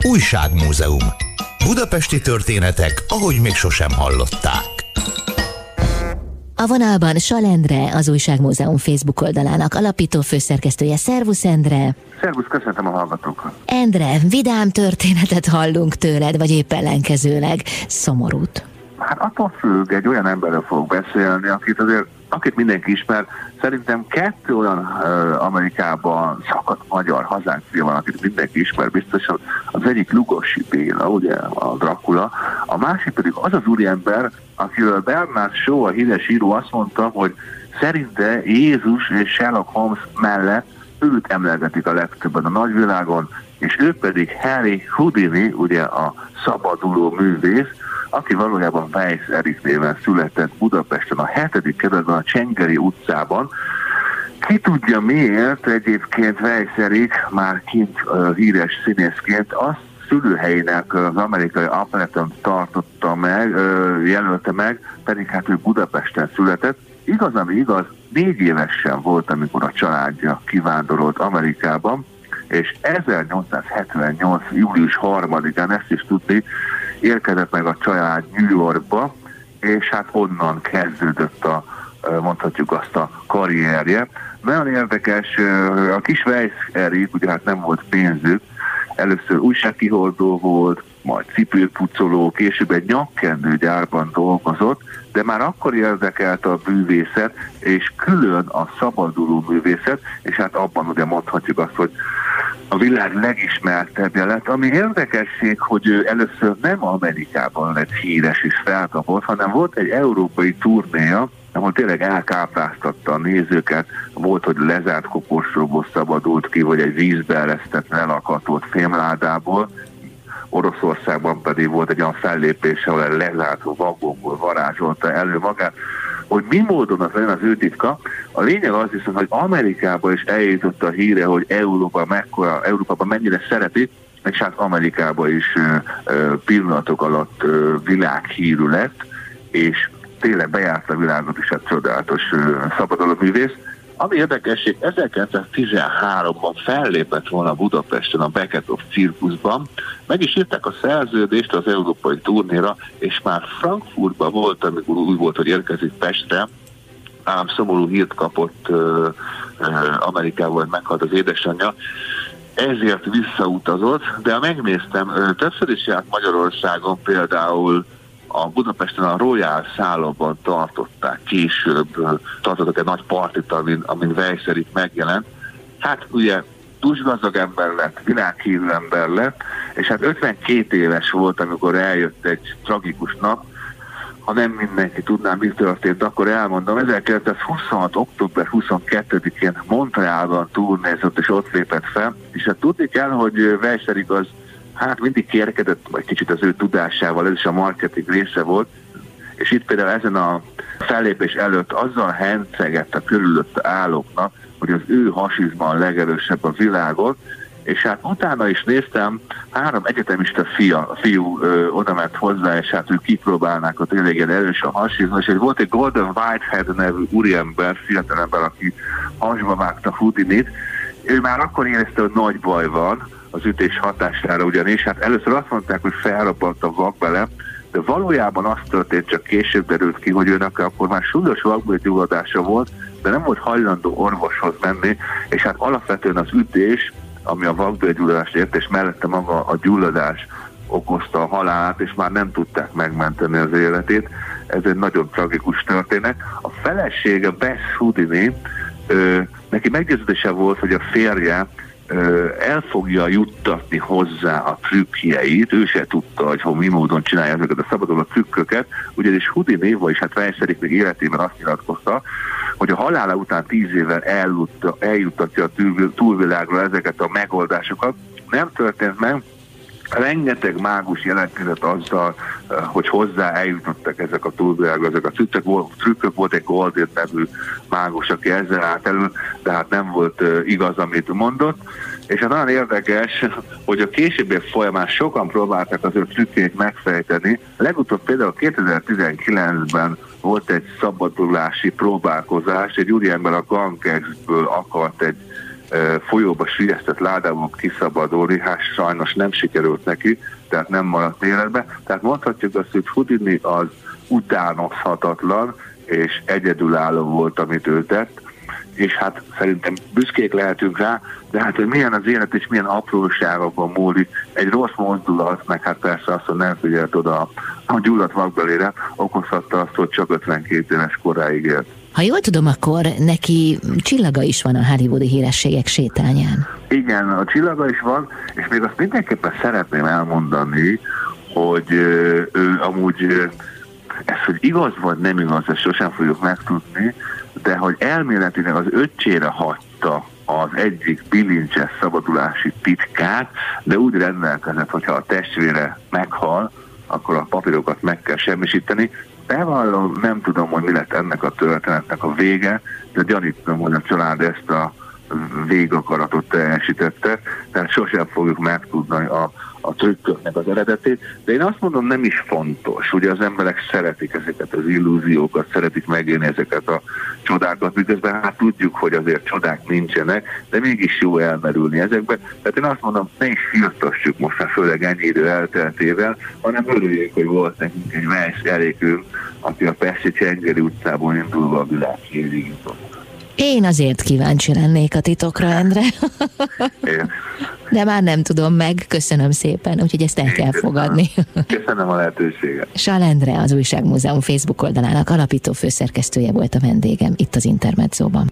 Újságmúzeum. Budapesti történetek, ahogy még sosem hallották. A vonalban Sal Endre, az Újságmúzeum Facebook oldalának alapító főszerkesztője. Szervusz, Endre! Szervusz, köszöntöm a hallgatókat! Endre, vidám történetet hallunk tőled, vagy épp ellenkezőleg szomorút? Hát attól függ, egy olyan emberről fogok beszélni, akit mindenki ismer. Szerintem 2 olyan Amerikában szakadt magyar hazánkfia van, akit mindenki ismer biztosan. Az egyik Lugosi Béla, ugye a Dracula, a másik pedig az az úriember, akiről Bernard Shaw, a híres író azt mondta, hogy szerinte Jézus és Sherlock Holmes mellett őt emlegetik a legtöbben a nagyvilágon, és ő pedig Harry Houdini, ugye a szabaduló művész, aki valójában Weiss Erik néven született Budapesten a 7. kerületben, a Csengeri utcában. Ki tudja miért egyébként Weiss Erik már kint híres színészként azt szülőhelyének az amerikai Appleton tartotta meg, jelölte meg, pedig hát ő Budapesten született. Igaz, ami igaz, 4 évesen volt, amikor a családja kivándorolt Amerikában, és 1878. július 3-án, ezt is tudni, érkezett meg a család New Yorkba, és hát onnan kezdődött mondhatjuk azt a karrierje. Nagyon érdekes, a kis Weiss Erik, ugye hát nem volt pénzük, először újságkihordó volt, majd cipőpucoló, később egy nyakkendőgyárban dolgozott, de már akkor érdekelt a művészet, és külön a szabaduló művészet, és hát abban ugye mondhatjuk azt, hogy a világ legismertebbje lett. Ami érdekesség, hogy ő először nem Amerikában lett híres és felkapott, hanem volt egy európai turnéja, ahol tényleg elkápráztatta a nézőket, volt, hogy lezárt koporsóból szabadult ki, vagy egy vízbe eresztett lelakatolt fémládából. Oroszországban pedig volt egy olyan fellépés, ahol egy lezárt vagóból varázsolta elő magát. Hogy mi módon az lenne az ő titka, a lényeg az viszont, hogy Amerikába is eljutott a híre, hogy Európában mennyire szeretik, és hát Amerikába is pillanatok alatt világhírű lett, és tényleg bejárta a világot is, egy csodálatos szabaduló művész. Ami érdekesség, 1913-ban fellépett volna Budapesten a Becketov cirkuszban, meg is írták a szerződést az európai turnéra, és már Frankfurtban volt, amikor úgy volt, hogy érkezik Pestre, ám szomorú hírt kapott Amerikából, hogy meghalt az édesanyja, ezért visszautazott, de megnéztem, többször is járt Magyarországon, például a Budapesten a Royal szállóban később tartottak egy nagy partit, amin Weiss Erik megjelent. Hát ugye dúsgazdag ember lett, világhírű ember lett, és hát 52 éves volt, amikor eljött egy tragikus nap. Ha nem mindenki tudná, mi történt, akkor elmondom. 1926. október 22-én Montrealban turnézott, és ott lépett fel. És hát tudni kell, hogy Weiss Erik az hát mindig kérkedett, vagy kicsit az ő tudásával, ez is a marketing része volt, és itt például ezen a fellépés előtt azzal hencegett a körülötte állóknak, hogy az ő hasizma a legerősebb a világon, és hát utána is néztem, 3 egyetemista fiú oda ment hozzá, és hát ők kipróbálnák, hogy tényleg ilyen erős a hasizma, és volt egy Gordon Whitehead nevű úriember, fiatalember, aki hasba vágta Houdinit. Ő már akkor érezte, hogy nagy baj van az ütés hatására, ugyanis hát először azt mondták, hogy felrobbant a vak bele, de valójában azt történt, csak később derült ki, hogy őnek akkor már súlyos vakbélgyulladása volt, de nem volt hajlandó orvoshoz menni, és hát alapvetően az ütés, ami a vakbélgyulladást ért, és mellette maga a gyulladás okozta a halálát, és már nem tudták megmenteni az életét. Ez egy nagyon tragikus történet. A felesége Bess Houdini, neki meggyőződése volt, hogy a férje el fogja juttatni hozzá a trükkjeit, ő se tudta, hogy mi módon csinálja ezeket a szabaduló trükköket, ugyanis Houdini, vagyis hát Weiss Erik még életében azt nyilatkozta, hogy a halála után 10 évvel eljuttatja a túlvilágra ezeket a megoldásokat. Nem történt meg, rengeteg mágus jelentkezett azzal, hogy hozzá eljutottak ezek a túlvilágra, ezek a trükkök. Volt egy Goldin nevű mágus, aki ezzel állt elő, de hát nem volt igaz, amit mondott. És hát nagyon érdekes, hogy a későbbiek folyamán sokan próbáltak az ő trükkét megfejteni. Legutóbb például 2019-ben volt egy szabadulási próbálkozás, egy úriember a Gangexből akart egy folyóba sülyeztett ládából kiszabadulni, hát sajnos nem sikerült neki, tehát nem maradt életbe. Tehát mondhatjuk azt, hogy Houdini az utánozhatatlan és egyedülálló volt, amit ő tett, és hát szerintem büszkék lehetünk rá, de hát, hogy milyen az élet és milyen apróságokban múlik, egy rossz mozdulat, meg hát persze azt, hogy nem figyelt oda a gyulladt vakbelére, okozhatta azt, hogy csak 52 éves koráig élt. Ha jól tudom, akkor neki csillaga is van a hollywoodi hírességek sétányán. Igen, a csillaga is van, és még azt mindenképpen szeretném elmondani, hogy ő amúgy, ez, hogy igaz vagy nem igaz, ezt sosem fogjuk megtudni, de hogy elméletileg az öccsére hagyta az egyik bilincses szabadulási titkát, de úgy rendelkezett, hogyha a testvére meghal, akkor a papírokat meg kell semmisíteni. Bevallom, nem tudom, hogy mi lett ennek a történetnek a vége, de gyanítom, hogy a család ezt a végakaratot teljesítette, tehát sosem fogjuk megtudni a trükköknek az eredetét, de én azt mondom, nem is fontos. Ugye az emberek szeretik ezeket az illúziókat, szeretik megélni ezeket a csodákat, miközben hát tudjuk, hogy azért csodák nincsenek, de mégis jó elmerülni ezekbe. Tehát én azt mondom, ne is firtassuk most már, főleg ennyi idő elteltével, hanem örüljünk, hogy volt nekünk egy Weiss-Erékünk, aki a Pesti Csengeri utcából indulva a világ hírig jutott. Én azért kíváncsi lennék a titokra, Endre. De már nem tudom meg, köszönöm szépen, úgyhogy ezt el kell fogadni. Köszönöm a lehetőséget. Sal Endre, az Újságmúzeum Facebook oldalának alapító főszerkesztője volt a vendégem itt az Intermedzóban.